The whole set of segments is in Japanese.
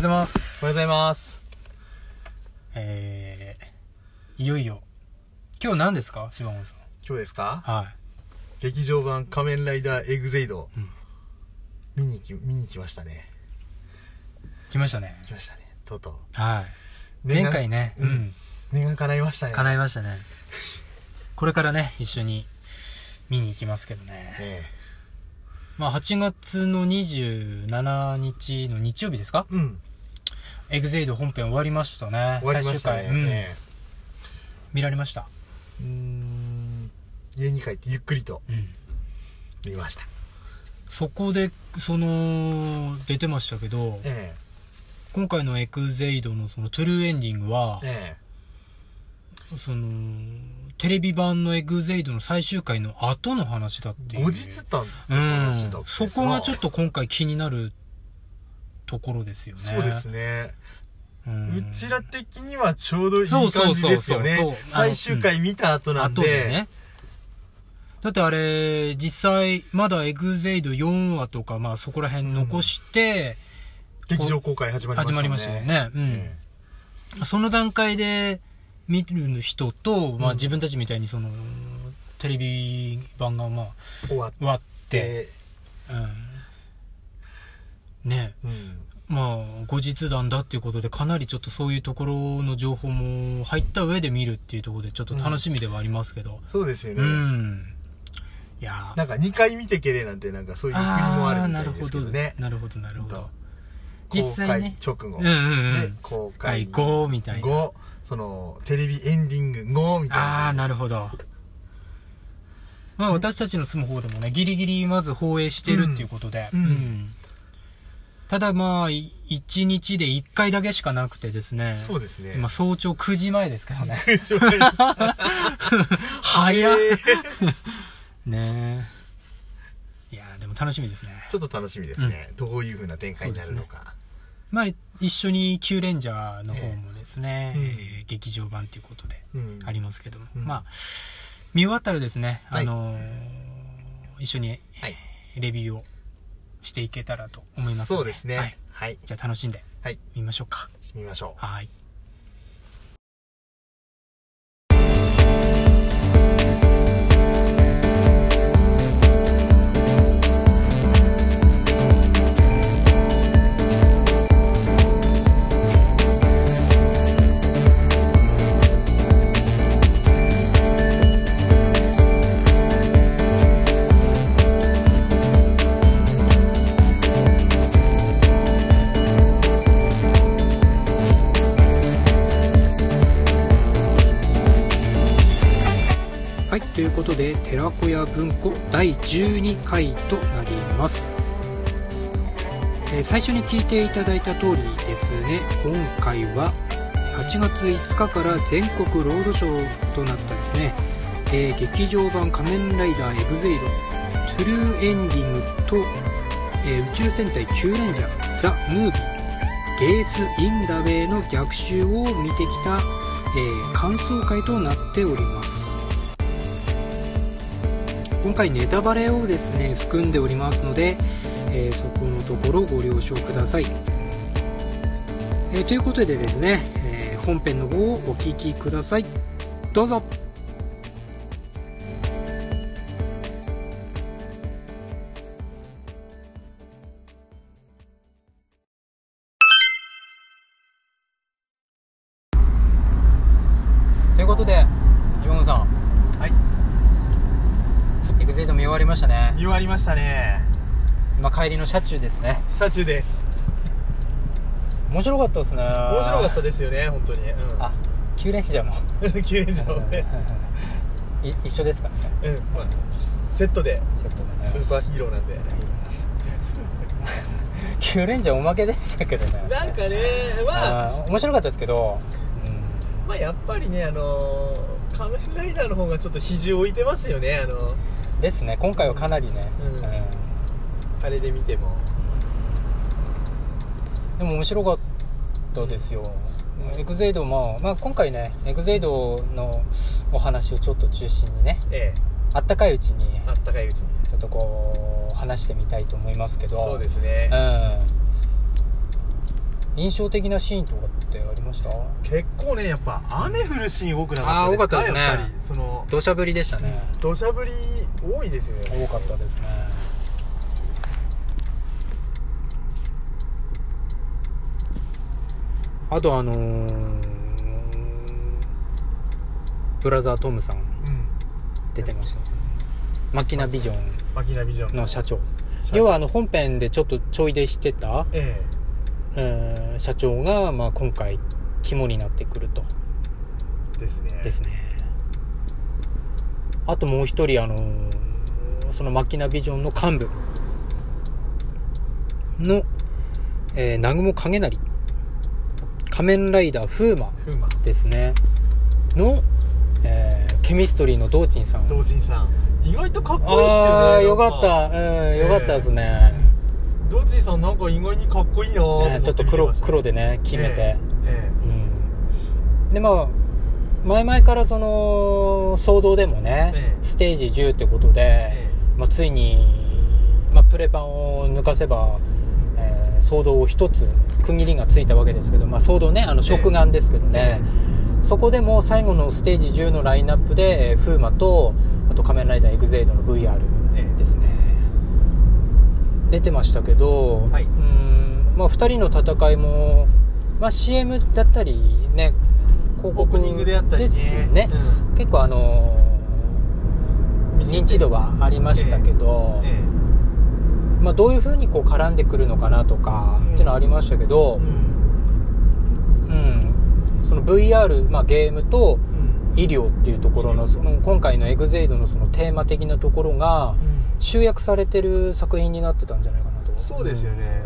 ございます。 おはようございます。 いよいよ今日何ですか、柴本さん。 今日ですか？ はい。 劇場版仮面ライダーエグゼイド、見に来ましたね。 来ましたね。 とうとう。 はい。前回ね、 念が叶いましたね。 叶いましたね。これからね一緒に見に行きますけどね。まあ8月の27日の日曜日ですか？エグゼイド本編終わりましたね。 終わりましたね。 見られました？ 家に帰ってゆっくりと見ました。 そこで出てましたけど、今回のエグゼイドのそのトゥルーエンディングは、テレビ版のエグゼイドの最終回の後の話だっていう。 後日談って話だってさ、 そこがちょっと今回気になるところですよね。 そうですね。うちら的にはちょうどいい感じですよね。最終回見た後なんで。後でね。 だってあれ実際まだエグゼイド4話とかまあそこら辺残して、 劇場公開始まりましたよね。 その段階で見る人と、まあ自分たちみたいにテレビ版がまあ終わって、ね、まあ後日談だっていうことでかなりちょっとそういうところの情報も入った上で見るっていうところでちょっと楽しみではありますけど、 そうですよね。 いやなんか2回見てけれなんてなんかそういう振りもあるみたいですけどね。 なるほど実際ね、公開直後、公開後みたいな、 テレビエンディング後みたいな。 なるほど。まあ私たちの住む方でもねギリギリまず放映してるっていうことで、ただまあ1日で1回だけしかなくてですね。 そうですね。 今早朝9時前ですけどね。 9時前です早っねえ。いやでも楽しみですね。 ちょっと楽しみですね。どういう風な展開になるのか。 まあ一緒にキューレンジャーの方もですね、劇場版ということでありますけども、まあ見終わったらですね、一緒にレビューをしていけたらと思いますので。 そうですね。はい。 じゃあ楽しんで見ましょうか。 見ましょう。 はい。はい、ということで寺子屋文庫第12回となります。最初に聞いていただいた通りですね、今回は8月5日から全国ロードショーとなったですね、劇場版仮面ライダーエグゼイドトゥルーエンディングと、宇宙戦隊キューレンジャーザ・ムービーゲース・イン・ダ・ウェイの逆襲を見てきた、感想会となっております。今回ネタバレをですね含んでおりますので、そこのところご了承ください。ということでですね、本編の方をお聞きください。どうぞ。ということで岩本さん、エグゼイド見終わりましたね。 見終わりましたね。 今帰りの車中ですね。 車中です。 面白かったですね。 面白かったですよね、本当に。 キューレンジャーもキューレンジャーもね一緒ですからね。 セットでね、 スーパーヒーローなんでキューレンジャーおまけでしたけどね。 なんかね、 面白かったですけど、 やっぱりね、仮面ライダーの方がちょっと比重置いてますよね。 ですね、今回はかなりね、 あれで見ても。 でも面白かったですよ。エグゼイドも、今回ねエグゼイドのお話をちょっと中心にね、あったかいうちにちょっとこう話してみたいと思いますけど。 そうですね。 印象的なシーンとかってありました？ 結構ねやっぱ雨降るシーン多くなかったですか？ 多かったですね。 やっぱりその土砂降りでしたね。 土砂降り多いですよね。 多かったですね。あとブラザートムさん出てました、マキナビジョンの社長。要は本編でちょっとちょい出してた、社長が、まあ、今回肝になってくるとですね。あともう一人そのマキナビジョンの幹部の、南雲影成、仮面ライダーフーマですねの、ケミストリーの道珍さん。意外とかっこいいっすよね。 よかった、よかったですね。 道珍さんなんか意外にかっこいいなと思って、 ちょっと黒でね決めて、でまあ前からその騒動でもね、ステージ10ってことで、まあ、ついに、まあ、プレ版を抜かせば、騒動を一つ区切りがついたわけですけど、まあ、騒動ね食玩ですけどね、そこでも最後のステージ10のラインナップでフーマとあと仮面ライダーエグゼイドの VR ですね、出てましたけど、まあ、2人の戦いも、まあ、CM だったりね広告ですね、結構認知度はありましたけど、まあ、どういう風にこう絡んでくるのかなとかっていうのはありましたけど、その VR、まあ、ゲームと医療っていうところの、その今回のエグゼイドのそのテーマ的なところが集約されてる作品になってたんじゃないかなと。 そうですよね、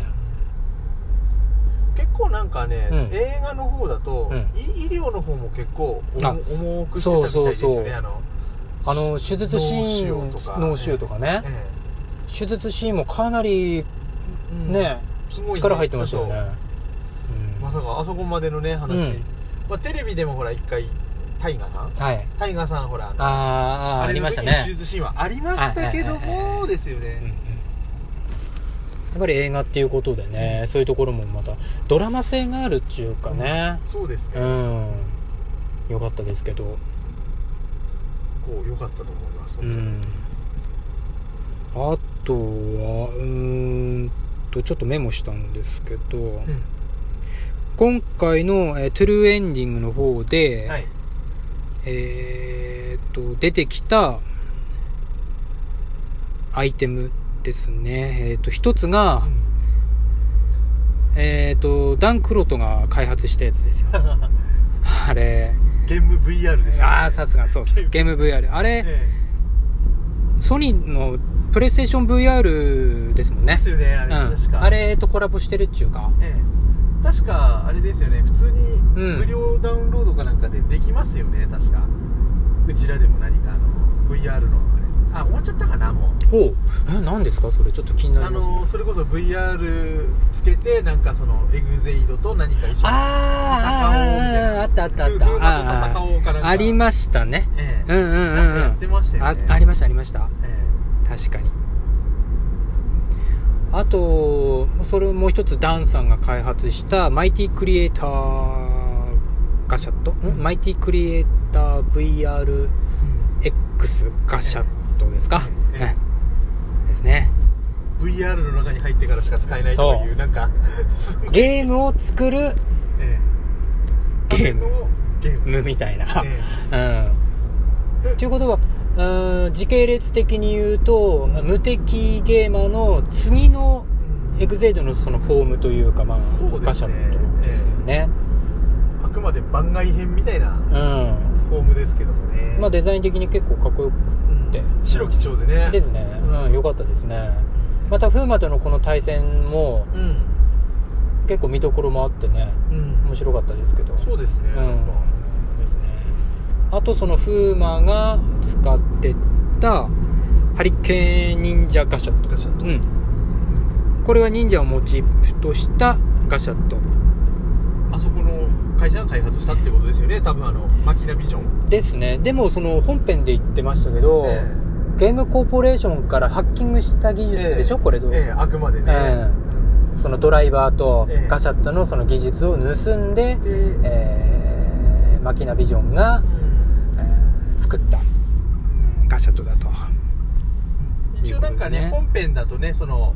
結構なんかね、映画の方だと、医療の方も結構重くしてたみたいですよね。 手術シーン脳腫瘍とかね、手術シーンもかなりね、力入ってましたよね。 まさかあそこまでのね話、まあ、テレビでもほら一回タイガさんほらありましたね。 手術シーンはありましたけどもですよね。 やっぱり映画っていうことでね、そういうところもまたドラマ性があるっていうかね、 そうですね、 よかったですけど、 こう良かったと思います。 あとはちょっとメモしたんですけど、今回の、トゥルーエンディングの方で、出てきたアイテムですね。一つが、ダン・クロトが開発したやつですよ。あれゲーム VR でした、 さすがそうです。ゲーム VR あれ、ソニーのプレイステーション VR ですもんね。 ですよね、あれ、確かあれとコラボしてるっちゅうか、 確かあれですよね、普通に無料ダウンロードかなんかでできますよね、確か。うちらでも何かVR の終わっちゃったかな、もう。 何ですかそれ、ちょっと気になりますね。 それこそ VR つけてなんかそのエグゼイドと何か一緒に戦おうみたいな、 あった戦おうかなんかありましたね。 なんかやってましたよね。 ありました確かに。あとそれもう一つダンさんが開発したマイティクリエイターガシャット、マイティクリエイター VRX ガシャットですか、ですね。 VR の中に入ってからしか使えないという、なんかゲームを作る、ゲームみたいな、ということは時系列的に言うと、無敵ゲーマーの次のエグゼイドのそのフォームというか、まあ、ガシャットですよね。 あくまで番外編みたいなフォームですけどもね、 まあ、デザイン的に結構かっこよくて、 白基調でね、 ですね、よかったですね。また風磨とのこの対戦も、結構見どころもあってね、面白かったですけど。 そうですね、 ですね。あとその風磨が使ってたハリケーン忍者ガシャット、これは忍者をモチーフとしたガシャット。 あそこの会社が開発したってことですよね、多分マキナビジョンですね。でもその本編で言ってましたけど、ゲームコーポレーションからハッキングした技術でしょ、これ。 あくまでね、 そのドライバーとガシャットのその技術を盗んで、マキナビジョンが、作ったガシャットだと。 一応なんかね、本編だとね、その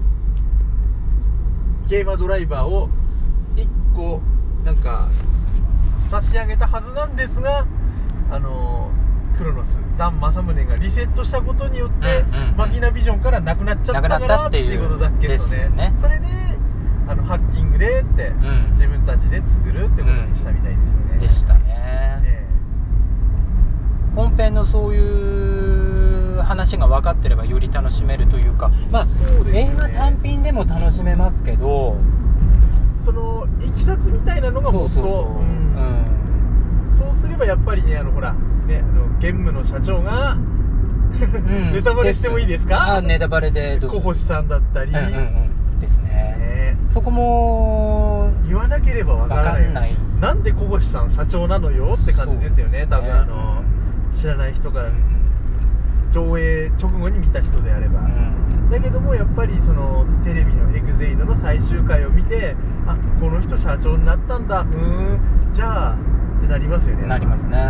ゲーマードライバーを1個なんか差し上げたはずなんですが、クロノスダン正宗がリセットしたことによって、マキナビジョンからなくなっちゃったからっていうことだっけどね。それでハッキングでって、自分たちで作るってことにしたみたいですよね。 でしたね。本編のそういう話が分かってればより楽しめるというか、まあ映画単品でも楽しめますけど、 そのいきさつみたいなのがもっとそうすればやっぱりね、ほらね、ゲームの社長がネタバレしてもいいですか？ ネタバレで小星さんだったり、 ですね。そこも言わなければわからない。なんで小星さん社長なのよって感じですよね。多分知らない人から上映直後に見た人であれば、だけどもやっぱりそのテレビのエグゼイドの最終回を見て、あ、この人社長になったんだ、じゃあってなりますよね。 なりますね。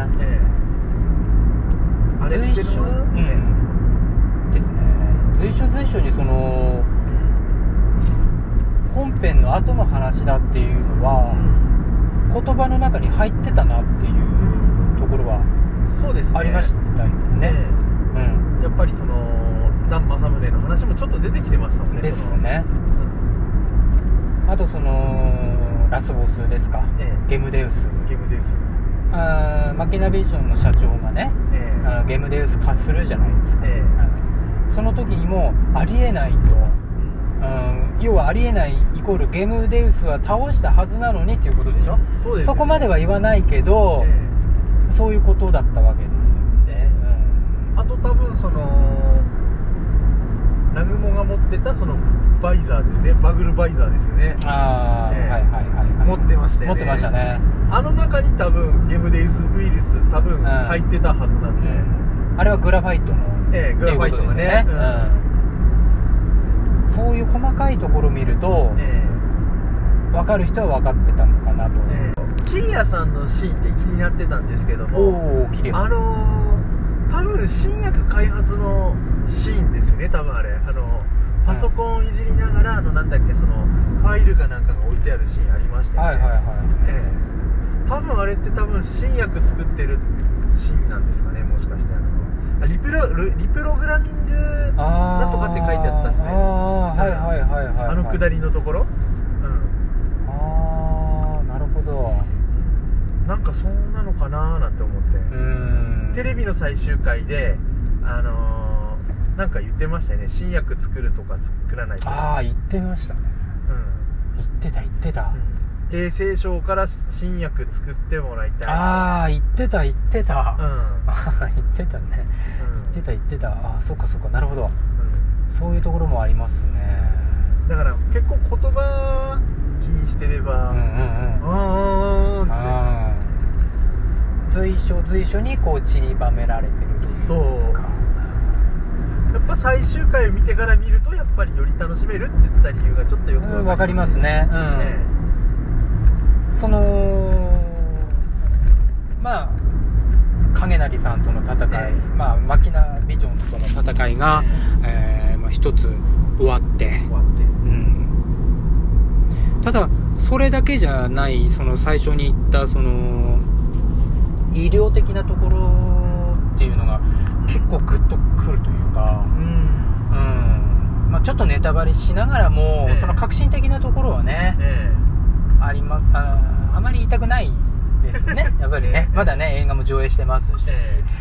あれってのはですね。随所にその本編の後の話だっていうのは、言葉の中に入ってたなっていうところはありましたよね。 やっぱりそのダン正宗の話もちょっと出てきてましたもんね。 ですね。あとそのラスボスですか、ゲムデウス。マキナビジョンの社長がね、ゲムデウス化するじゃないですか。その時にもありえないと、要はありえないイコールゲムデウスは倒したはずなのにっていうことでしょ。 そうですね。 そこまでは言わないけど、そういうことだったわけですよね。 あと多分その南雲が持ってたそのバイザーですね、バグルバイザーですよね。持ってましたよね。 持ってましたね。 あの中に多分ゲムデウスウイルス多分入ってたはずなんで、 あれはグラファイトのグラファイトがね、 そういう細かいところを見ると、分かる人は分かってたのかなと。 キリアさんのシーンで気になってたんですけども、多分新薬開発のシーンですよね。多分あれパソコンをいじりながらなんだっけ、そのファイルかなんかが置いてあるシーンありましたよね。多分あれって多分新薬作ってるシーンなんですかね、もしかしてリプログラミングなんとかって書いてあったっすね。あの下りのところ、 なるほど。 なんかそうなのかななんて思って、テレビの最終回でなんか言ってましたよね。新薬作るとか作らないとか。 言ってましたね。言ってた、 衛生省から新薬作ってもらいたい。 言ってた言ってたね。言ってた。そっかなるほど、そういうところもありますね。 だから結構言葉気にしてれば随所にこう散りばめられてるというか。 そうやっぱ最終回を見てから見るとやっぱりより楽しめるって言った理由がちょっとよく分かりますね。そのまあ影成さんとの戦い、マキナビジョンとの戦いが、一つ終わって、ただそれだけじゃない、その最初に言ったその医療的なところっていうのが結構グッとくるというか、ちょっとネタバレしながらも、その革新的なところはね、あります。あまり言いたくないですね。やっぱりね、まだね映画も上映してますし、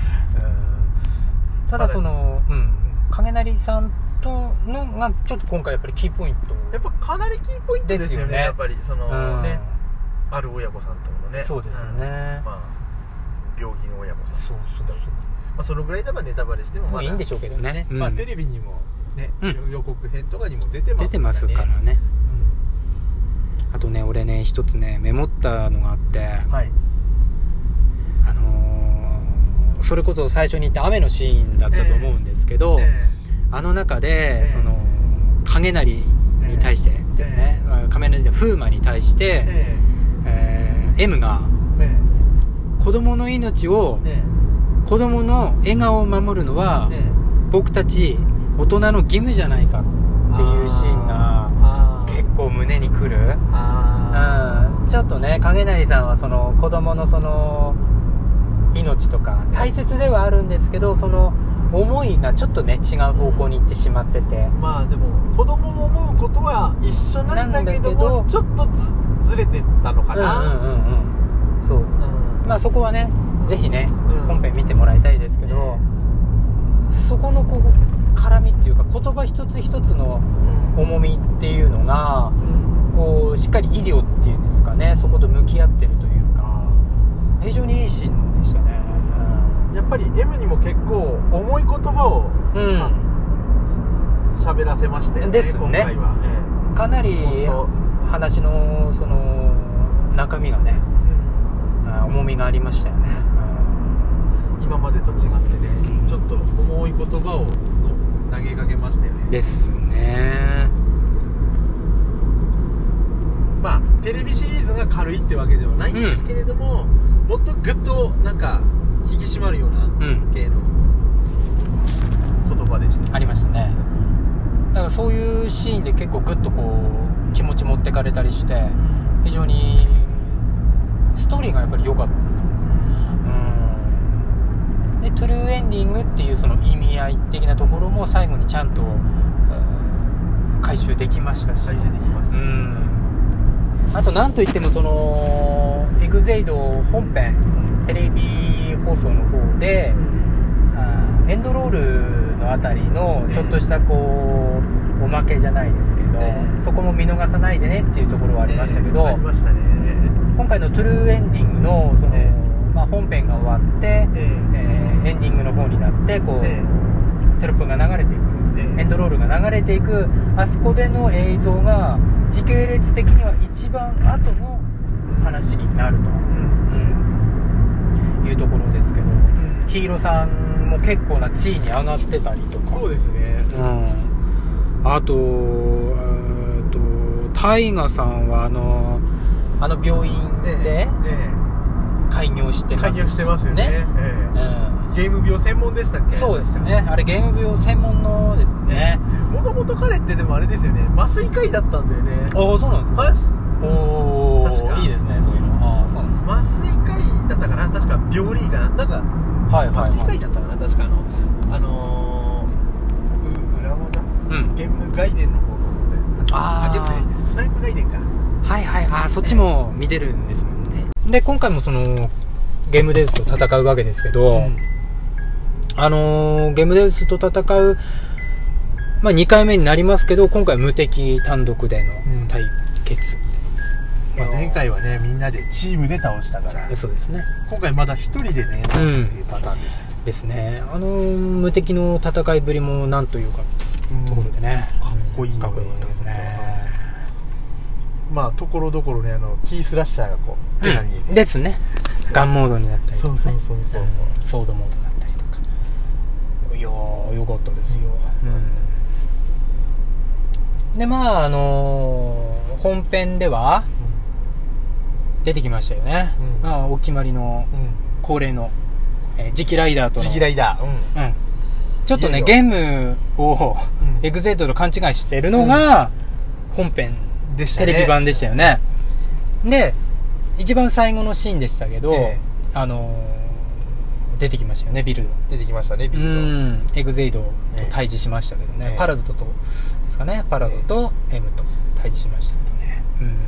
ただその、影成さんとのがちょっと今回やっぱりキーポイント、 やっぱかなりキーポイントですよね。やっぱりそのね、ある親御さんとのね、 そうですよね。 病気の親御さん、そのぐらいでネタバレしてもまだいいんでしょうけどね。 テレビにもね、予告編とかにも出てますからね。あとね、俺ね一つねメモったのがあって、それこそ最初に言った雨のシーンだったと思うんですけど、あの中でその影成に対してですね、 フーマに対して、M が子供の命を、子供の笑顔を守るのは、僕たち大人の義務じゃないかっていうシーンが結構胸にくる。ちょっとね、影成さんはその子供のその命とか大切ではあるんですけど、その思いがちょっとね違う方向に行ってしまってて、 まあでも子供も思うことは一緒なんだけども、ちょっとずれてたのかな。 そう、まあそこはね、ぜひね、本編見てもらいたいですけど、そこのこう絡みっていうか、言葉一つ一つの重みっていうのが、こうしっかり医療っていうんですかね、そこと向き合ってるというか、非常にいいシーンでしたね。 やっぱり M にも結構重い言葉を喋らせましたよね、 ですね。 今回は、 かなり話のその中身がね、重みがありましたよね。 今までと違ってね、ちょっと重い言葉を投げかけましたよね。 ですね。 まあテレビシリーズが軽いってわけではないんですけれども、もっとグッとなんか引き締まるような系の言葉でした、ね、 ありましたね。だからそういうシーンで結構グッとこう気持ち持ってかれたりして、非常にストーリーがやっぱり良かった。でトゥルーエンディングっていうその意味合い的なところも最後にちゃんと回収できましたし、あとなんといってもそのエグゼイド本編テレビ放送の方で、エンドロールのあたりのちょっとしたこうおまけじゃないですけど、そこも見逃さないでねっていうところはありましたけど、 ありましたね。 今回のトゥルーエンディングのその、本編が終わって、エンディングの方になってこう、テロップが流れていく、エンドロールが流れていく、あそこでの映像が時系列的には一番後の話になると、いうところですけど、ヒーローさんも結構な地位に上がってたりとか。 そうですね。 あとタイガさんはあの病院で開業してますよね。ゲーム病専門でしたっけ？ そうですね。あれゲーム病専門のですね。 もともと彼ってでもあれですよね、麻酔科医だったんだよね。 ああ、そうなんですか。確かいいですね、そういうの。ああ、そうなんです。 麻酔科医だったかな、確か病理医かな、なんか、麻酔科医だったかな、確か裏技、ゲームガイデンの方の方で、ゲームね、スナイプガイデンか。 そっちも見てるんですもんね。で今回もそのゲームデウスと戦うわけですけど、ゲームデウスと戦う、2回目になりますけど、今回無敵単独での対決、 前回はねみんなでチームで倒したから、 そうですね。 今回まだ一人でね倒すっていうパターンでしたね。 ですね。無敵の戦いぶりもなんというかところでね、 かっこいいよね。 かっこよかったですね。 ところどころね、キースラッシャーがこう手が見えて、 ですね。ガンモードになったりとか、 そうソードモードになったりとか、いやーよかったですよ。で本編では出てきましたよね。お決まりの恒例の次期ライダーとの次期ライダー、 ちょっとねゲームをエグゼイドと勘違いしてるのが本編でしたね。 テレビ版でしたよね。で一番最後のシーンでしたけど、出てきましたよね、ビルド。 出てきましたね、ビルド。 エグゼイドと対峙しましたけどね、パラドとですかね、パラドと M と対峙しましたけどね。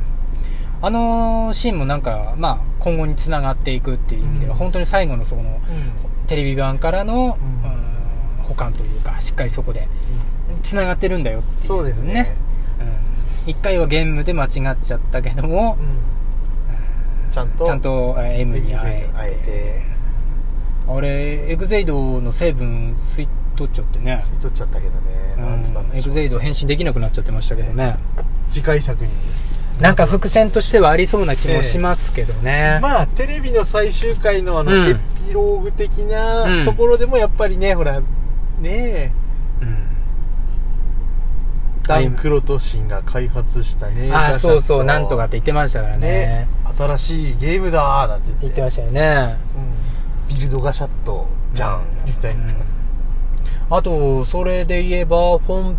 シーンもなんか今後につながっていくっていう意味では、本当に最後のそのテレビ版からの補完というか、しっかりそこでつながってるんだよっていうね。 そうですね。 一回はゲームで間違っちゃったけども、ちゃんと M に会えて、あれエグゼイドの成分吸い取っちゃってね。 吸い取っちゃったけどね、 エグゼイド変身できなくなっちゃってましたけどね。 次回作になんか伏線としてはありそうな気もしますけどね。 テレビの最終回のエピローグ的なところでもやっぱりね、ほらねダン・クロトシンが開発したね。 そうそうなんとかって言ってましたからね。 新しいゲームだーなんて言ってましたよね。 ビルドガシャットじゃんみたいな。 あとそれで言えばトゥ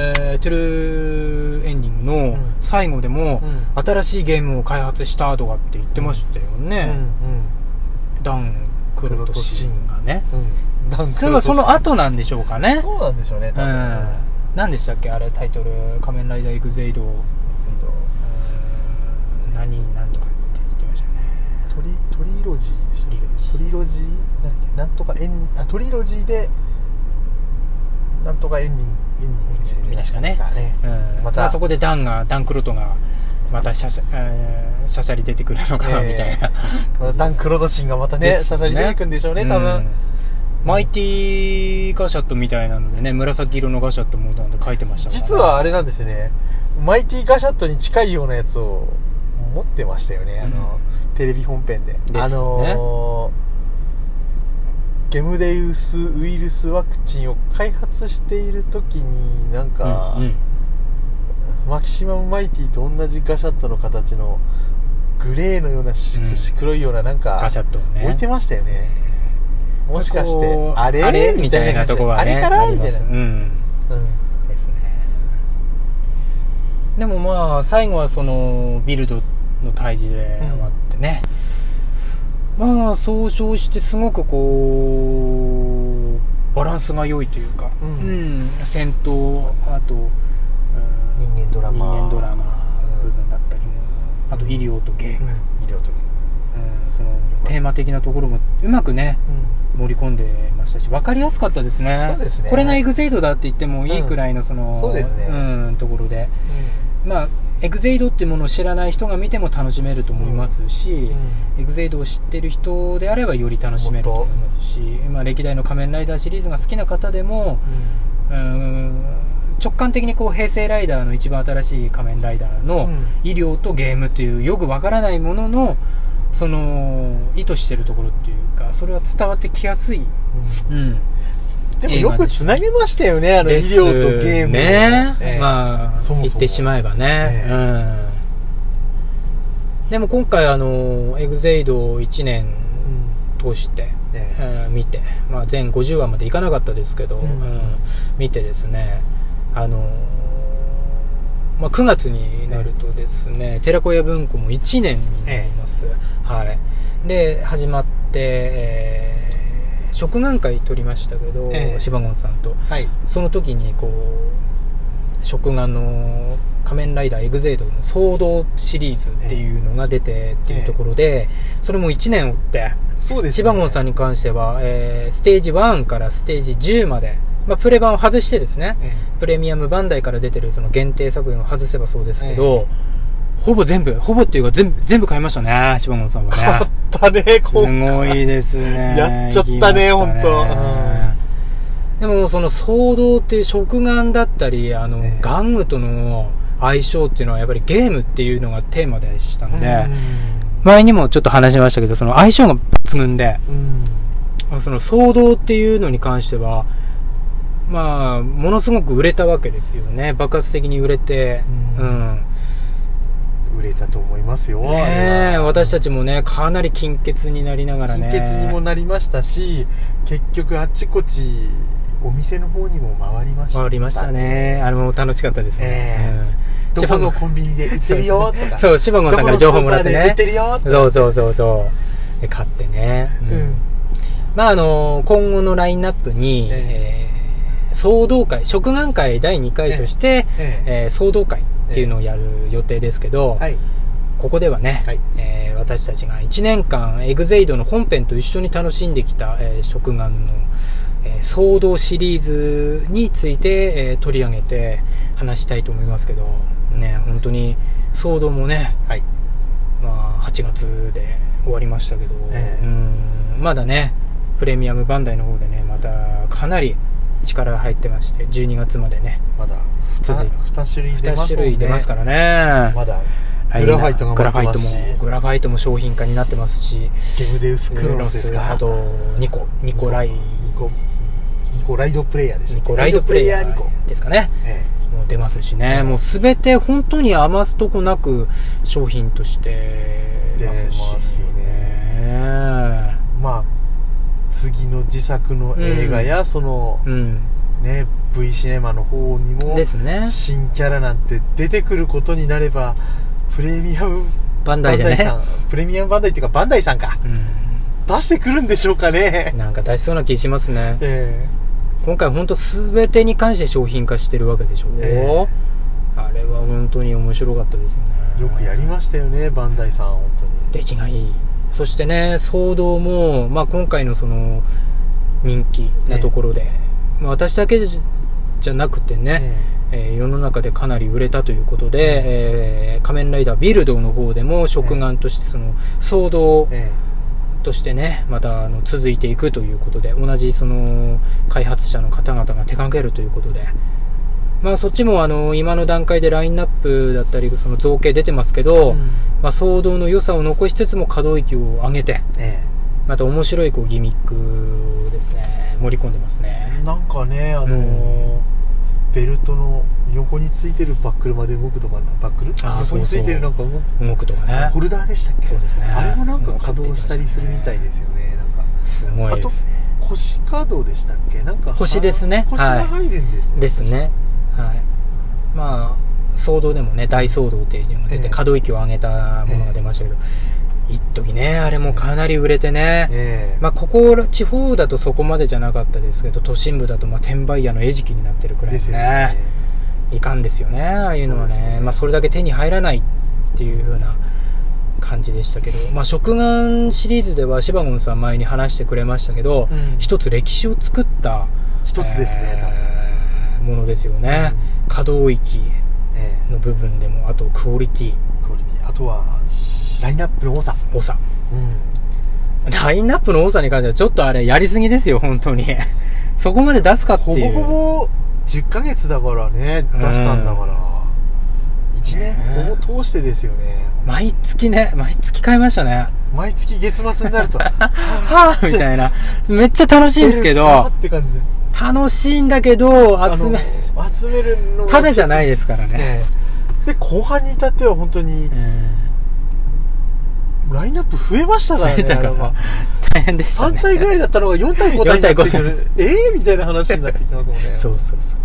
ルーエンディングの最後でも、新しいゲームを開発したとかって言ってましたよね。ダン・クロトシンがね。それはその後なんでしょうかね。 そうなんでしょうね。多分何でしたっけあれタイトル。仮面ライダーエグゼイド。何とかって言ってましたよね。 トリロジーでしたっけ。トリロジーなんとかトリロジーでなんとかエンディングでしたよね。 確かね。またそこでダンクロトがまたシャシャリ出てくるのかみたいな。 またダンクロトシンがまたねシャシャリ出てくるんでしょうね多分。 マイティガシャットみたいなのでね、紫色のガシャットもなんで書いてましたから、ね、 実はあれなんですよね。マイティガシャットに近いようなやつを持ってましたよね。テレビ本編で。ゲムデウスウイルスワクチンを開発している時になんか、マキシマムマイティと同じガシャットの形のグレーのような黒いようななんかガシャットをね置いてましたよね。もしかしてあれみたいなとこはね、 あれからみたいな。 ですね。でもまあ最後はそのビルドの退治で終わってね、まあ総称してすごくこうバランスが良いというか、戦闘、あと人間ドラマ部分だったりも、あと医療とゲーム、そのテーマ的なところもうまくね、盛り込んでましたし、分かりやすかったですね。 そうですね。 これがエグゼイドだって言ってもいいくらいのその、 そうですね。 ところで、まあエグゼイドっていうものを知らない人が見ても楽しめると思いますし、エグゼイドを知ってる人であればより楽しめると思いますし、まあ歴代の仮面ライダーシリーズが好きな方でも、直感的にこう平成ライダーの一番新しい仮面ライダーの医療とゲームというよくわからないもののその意図してるところっていうか、それは伝わってきやすい、 でもよくつなげましたよね、医療とゲームね、まあ言ってしまえばね、でも今回エグゼイドを1年通して、見て、まあ、全50話までいかなかったですけど、見てですね、まあ、9月になるとですね、寺子屋文庫も1年になります、で始まって、食玩会撮りましたけど、柴権さんと、その時にこう食玩の仮面ライダーエグゼイドの騒動シリーズっていうのが出てっていうところで、それも1年追って、柴権さんに関しては、ステージ1からステージ10まで、まあ、プレ版を外してですね、プレミアムバンダイから出てるその限定作品を外せばそうですけど、ほぼっていうか全部買いましたね、柴権さんはね。 買ったね、 すごいですね。 やっちゃったね、本当。 でもその騒動っていう食玩だったり、玩具との相性っていうのはやっぱりゲームっていうのがテーマでしたので、前にもちょっと話しましたけど、その相性が抜群で、その騒動っていうのに関しては、まあものすごく売れたわけですよね。爆発的に売れて、 売れたと思いますよ。 私たちもねかなり金欠になりながらね、 金欠にもなりましたし、結局あっちこっちお店の方にも回りましたね。 あれも楽しかったですね。 どこのコンビニで売ってるよとか、 そう、柴権さんから情報もらってね、 売ってるよとか、 そうで買ってね、まあ今後のラインナップに、騒動会、食玩会第2回として、騒動会っていうのをやる予定ですけど、ここではね、私たちが1年間エグゼイドの本編と一緒に楽しんできた、食玩の、騒動シリーズについて、取り上げて話したいと思いますけどね、本当に騒動もね、まあ8月で終わりましたけど、まだねプレミアムバンダイの方でねまたかなり力が入ってまして、12月までねまだ 2種類出ますもんね。 2種類出ますからね。 まだグラファイトが待ってますし、 グラファイトも商品化になってますし、 ゲムデウスクロノスですか、 あとニコライドプレイヤーでしたっけ。 ニコライドプレイヤー2個ですかね、 も出ますしね、もう全て本当に余すとこなく商品として出ますよね。 まあ次の自作の映画や、その、ね、V シネマの方にもですね、 新キャラなんて出てくることになれば、プレミアムバンダイでね、 プレミアムバンダイっていうかバンダイさんか、出してくるんでしょうかね。 なんか出しそうな気しますね。今回本当全てに関して商品化してるわけでしょ、あれは本当に面白かったですよね。 よくやりましたよね、バンダイさん。本当に出来がいい。そしてね、騒動も、まあ、今回のその人気なところで、まあ、私だけじゃなくてね、世の中でかなり売れたということで、仮面ライダービルドの方でも食玩としてその騒動としてね、また続いていくということで、同じその開発者の方々が手掛けるということで、まあそっちも今の段階でラインナップだったりその造形出てますけど、まあ騒動の良さを残しつつも可動域を上げて、また面白いこうギミックをですね盛り込んでますね。 なんかね、ベルトの横についてるバックルまで動くとか、バックル横についてるなんか動くとかね、 ホルダーでしたっけ。 そうですね、 あれもなんか稼働したりするみたいですよね。なんかすごいですね。 あと腰稼働でしたっけ。なんか腰ですね、 腰が入るんですよ、 ですね。はい、まあ騒動でもね、大騒動っていうのが出て可動域を上げたものが出ましたけど、一時ね、あれもかなり売れてね、まあここ地方だとそこまでじゃなかったですけど、都心部だとまあ転売屋の餌食になってるくらいですね。いかんですよね、ああいうのはね。まあそれだけ手に入らないっていう風な感じでしたけど、まあ食玩シリーズではシバゴンさん前に話してくれましたけど、一つ歴史を作った一つですね、 ものですよね。可動域の部分でも、あとクオリティ、 あとはラインナップの多さ、 ラインナップの多さに関してはちょっとあれやりすぎですよ、本当に。そこまで出すかっていう。 ほぼほぼ10ヶ月だからね、出したんだから、1年ほぼ通してですよね。 毎月買いましたね。 毎月月末になるとはぁみたいな。めっちゃ楽しいんですけど、 って感じで楽しいんだけど、 集めるのがただじゃないですからね。 で後半に至っては本当に、ラインナップ増えましたからね。 だから大変でしたね。 3体ぐらいだったのが4体5体になってくる。みたいな話になってきてますもんね。 そうそうそう。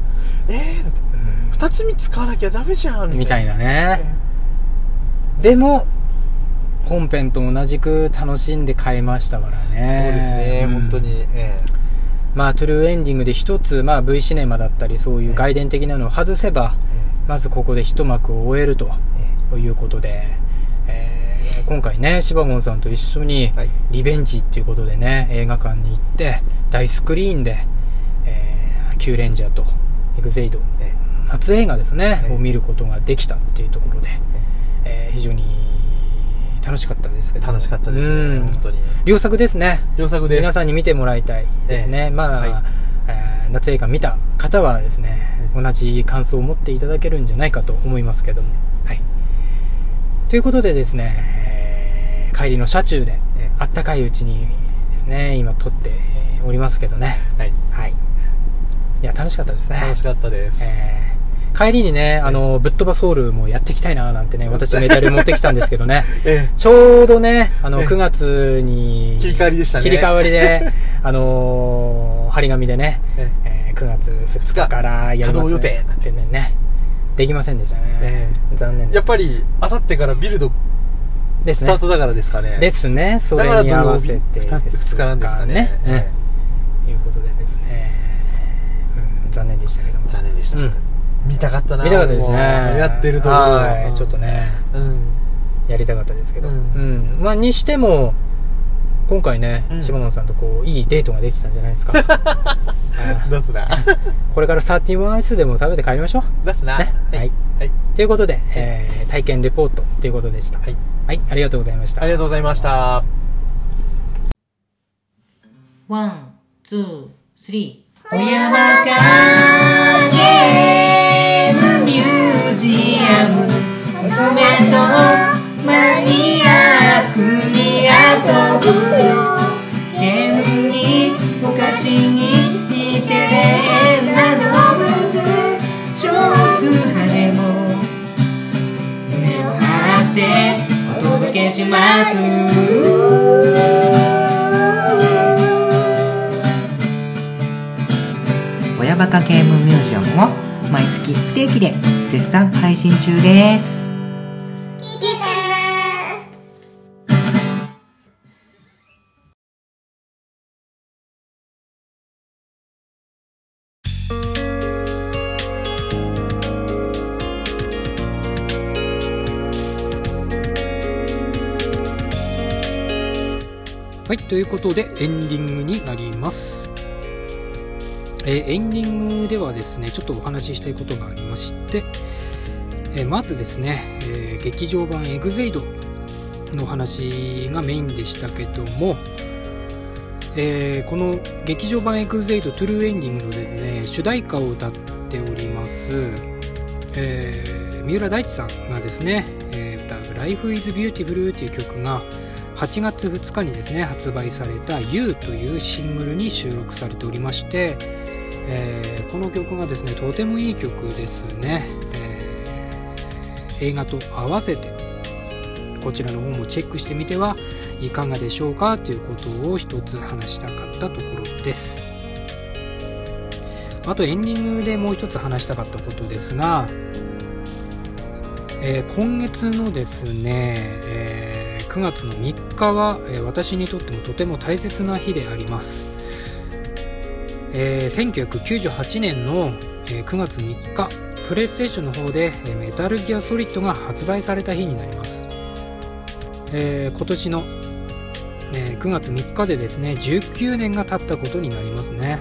2つ3つ買わなきゃダメじゃんみたいなね。でも本編と同じく楽しんで買えましたからね。 そうですね、本当に。 まあトゥルーエンディングで一つ、まあ V シネマだったりそういう外伝的なのを外せば、まずここで一幕を終えるということで、今回ね、シバゴンさんと一緒にリベンジっていうことでね、映画館に行って大スクリーンで、キューレンジャーとエグゼイド、初映画ですね、を見ることができたっていうところで、非常に楽しかったですけど。 楽しかったですね、本当に。 良作ですね。 良作です。 皆さんに見てもらいたいですね。まあ、夏映画見た方はですね、同じ感想を持っていただけるんじゃないかと思いますけども。はい。ということでですね、帰りの車中で、あったかいうちにですね、今撮っておりますけどね。はい。はい。いや、楽しかったですね。 楽しかったです。 帰りにね、ぶっ飛ばソウルもやっていきたいななんてね、私メダル持ってきたんですけどね。ちょうどね、9月に、 切り替わりでしたね。 切り替わりで、張り紙でね、9月2日からやります予定ってね、できませんでしたね。残念です。 やっぱり、あさってからビルド、スタートだからですかね。 ですね、それに合わせて 2日なんですかね。 いうことでですね、残念でしたけども。 残念でした、本当に。見たかったな。 見たかったですね。 やってるところはちょっとね、やりたかったですけど、まあにしても今回ね、島野さんとこういいデートができたんじゃないですか。 出すな。 これから31アイスでも食べて帰りましょう。 出すな。はい。 ということで、体験レポートということでした。はい、ありがとうございました。 ありがとうございました。 ワン、ツー、スリー。小山かゲームミュージアム、娘とマニアックに遊ぶよ。ゲームにお菓子に似てる変な動物、超でお届けします。親バカゲームミュージアムは毎月不定期で絶賛配信中です。 はい、ということでエンディングになります。エンディングではですね、ちょっとお話ししたいことがありまして、まずですね、劇場版エグゼイドの話がメインでしたけども、この劇場版エグゼイドトゥルーエンディングのですね、主題歌を歌っております、三浦大知さんがですね、歌う Life is Beautiful という曲が8月2日にですね発売された You というシングルに収録されておりまして、この曲がですねとてもいい曲ですね、映画と合わせてこちらの方もチェックしてみてはいかがでしょうかということを一つ話したかったところです。あとエンディングでもう一つ話したかったことですが、今月のですね、9月の3日は、私にとってもとても大切な日であります。1998年の、9月3日プレイステーションの方で、メタルギアソリッドが発売された日になります。今年の、9月3日でですね19年が経ったことになりますね。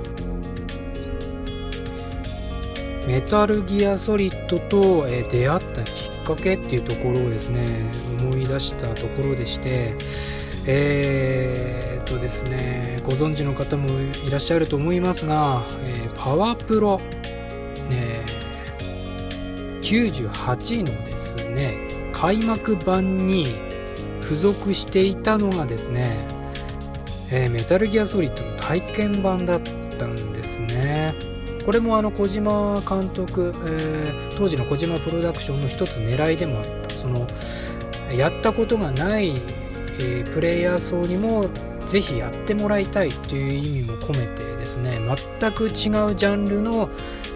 メタルギアソリッドと、出会ったきっかけっていうところをですね思い出したところでして、ですねご存知の方もいらっしゃると思いますが、パワープロ、98のですね開幕版に付属していたのがですね、メタルギアソリッドの体験版だったんですね。これも小島監督、当時の小島プロダクションの一つ狙いでもあった、そのやったことがない、プレイヤー層にもぜひやってもらいたいという意味も込めてですね全く違うジャンルの、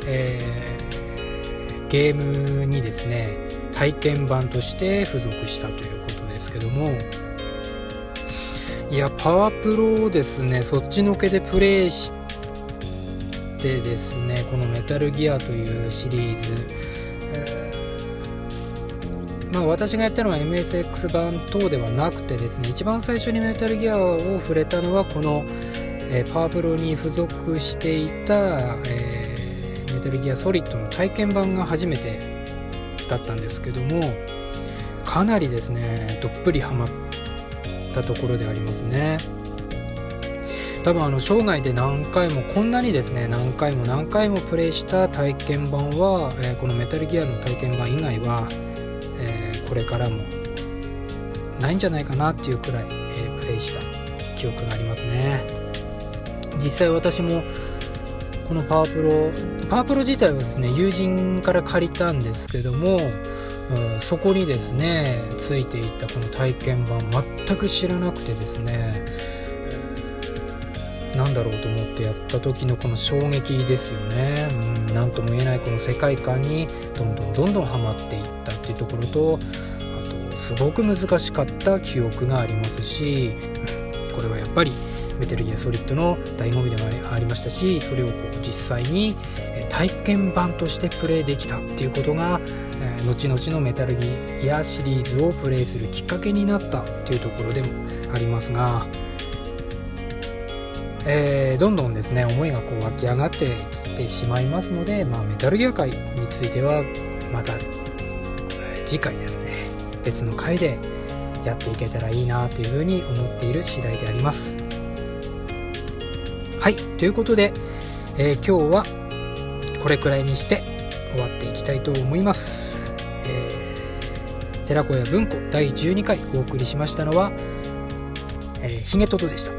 ゲームにですね体験版として付属したということですけども、いやパワープロをですねそっちのけでプレイしてでですねこのメタルギアというシリーズ、私がやったのは MSX 版等ではなくてですね一番最初にメタルギアを触れたのはこの、パワープロに付属していた、メタルギアソリッドの体験版が初めてだったんですけども、かなりですねどっぷりハマったところでありますね。多分生涯で何回もこんなにですね何回もプレイした体験版は、このメタルギアの体験版以外は、これからもないんじゃないかなっていうくらい、プレイした記憶がありますね。実際私もこのパワープロ自体はですね友人から借りたんですけども、そこにですねついていたこの体験版全く知らなくてですねなんだろうと思ってやった時のこの衝撃ですよね。なんとも言えないこの世界観にどんどんハマっていったっていうところと、あとすごく難しかった記憶がありますし、これはやっぱりメタルギアソリッドの醍醐味でもありましたし、それを実際に体験版としてプレイできたっていうことが、後々のメタルギアシリーズをプレイするきっかけになったっていうところでもありますが、どんどんですね思いが湧き上がってきてしまいますので、メタルギア界についてはまた、次回ですね別の回でやっていけたらいいなというふうに思っている次第であります。はい、ということで、今日はこれくらいにして終わっていきたいと思います。寺子屋文庫第12回お送りしましたのは、ひげととでした。